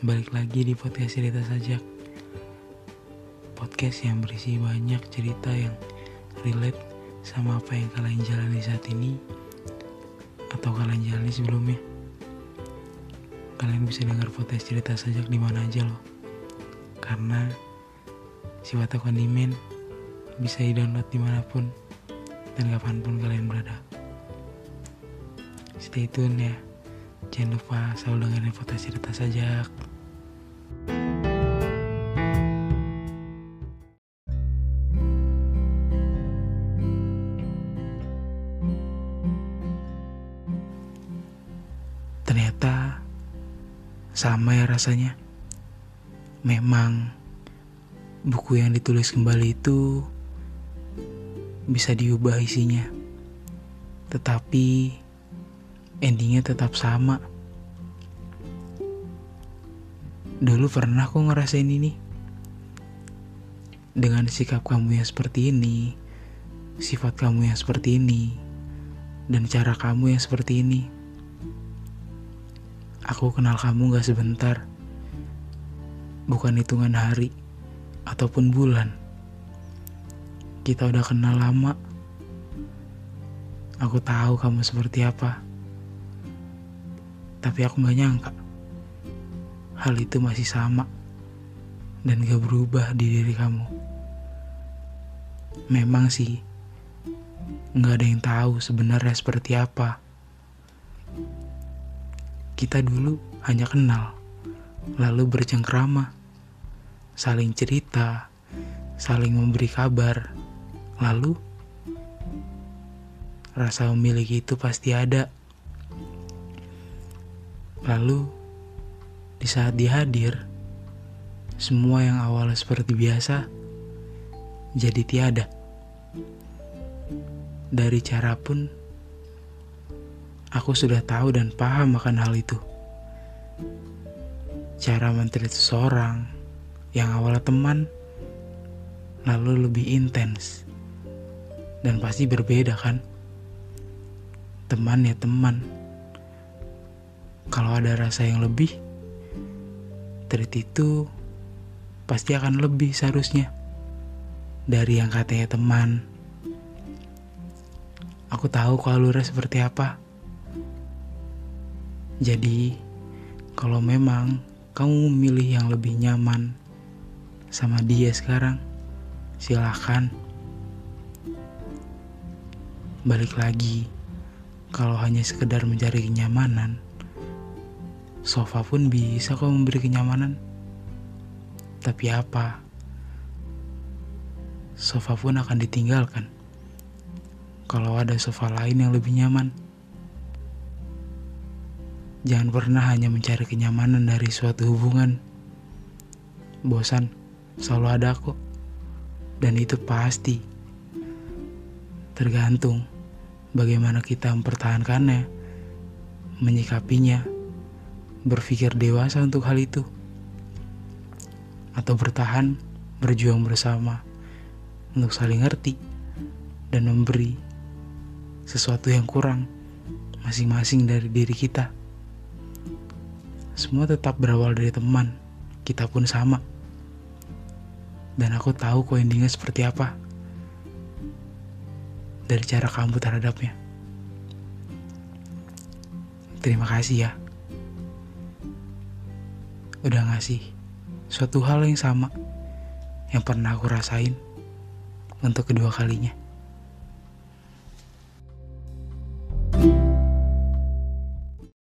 Balik lagi di podcast Cerita Sajak. Podcast yang berisi banyak cerita yang relate sama apa yang kalian jalani saat ini atau kalian jalani sebelumnya. Kalian bisa dengar podcast Cerita Sajak di mana aja loh. Karena sifatnya on demand, bisa di-download dimanapun dan kapanpun kalian berada. Stay tune ya. Jangan lupa selalu dengerin podcast Cerita Sajak. Ternyata sama ya rasanya. Memang buku yang ditulis kembali itu bisa diubah isinya, tetapi endingnya tetap sama. Dulu pernah aku ngerasain ini. Dengan sikap kamu yang seperti ini, sifat kamu yang seperti ini, dan cara kamu yang seperti ini. Aku kenal kamu gak sebentar. Bukan hitungan hari ataupun bulan. Kita udah kenal lama. Aku tahu kamu seperti apa. Tapi aku gak nyangka hal itu masih sama dan gak berubah di diri kamu. Memang sih gak ada yang tahu sebenarnya seperti apa. Kita dulu hanya kenal, lalu bercengkrama, saling cerita, saling memberi kabar, lalu rasa memiliki itu pasti ada. Lalu di saat dia hadir, semua yang awalnya seperti biasa jadi tiada. Dari cara pun aku sudah tahu dan paham akan hal itu. Cara men-treat seseorang yang awalnya teman lalu lebih intens, dan pasti berbeda kan. Teman ya teman. Kalau ada rasa yang lebih, treat itu pasti akan lebih seharusnya dari yang katanya teman. Aku tahu kalau alurnya seperti apa. Jadi, kalau memang kamu memilih yang lebih nyaman sama dia sekarang, silakan. Balik lagi, kalau hanya sekedar mencari kenyamanan, sofa pun bisa kok memberi kenyamanan. Tapi apa? Sofa pun akan ditinggalkan kalau ada sofa lain yang lebih nyaman. Jangan pernah hanya mencari kenyamanan dari suatu hubungan. Bosan selalu ada kok. Dan itu pasti. Tergantung bagaimana kita mempertahankannya, menyikapinya, berpikir dewasa untuk hal itu, atau bertahan, berjuang bersama untuk saling ngerti dan memberi sesuatu yang kurang masing-masing dari diri kita. Semua tetap berawal dari teman, kita pun sama. Dan aku tahu kok endingnya seperti apa dari cara kamu terhadapnya. Terima kasih ya udah ngasih suatu hal yang sama yang pernah aku rasain untuk kedua kalinya.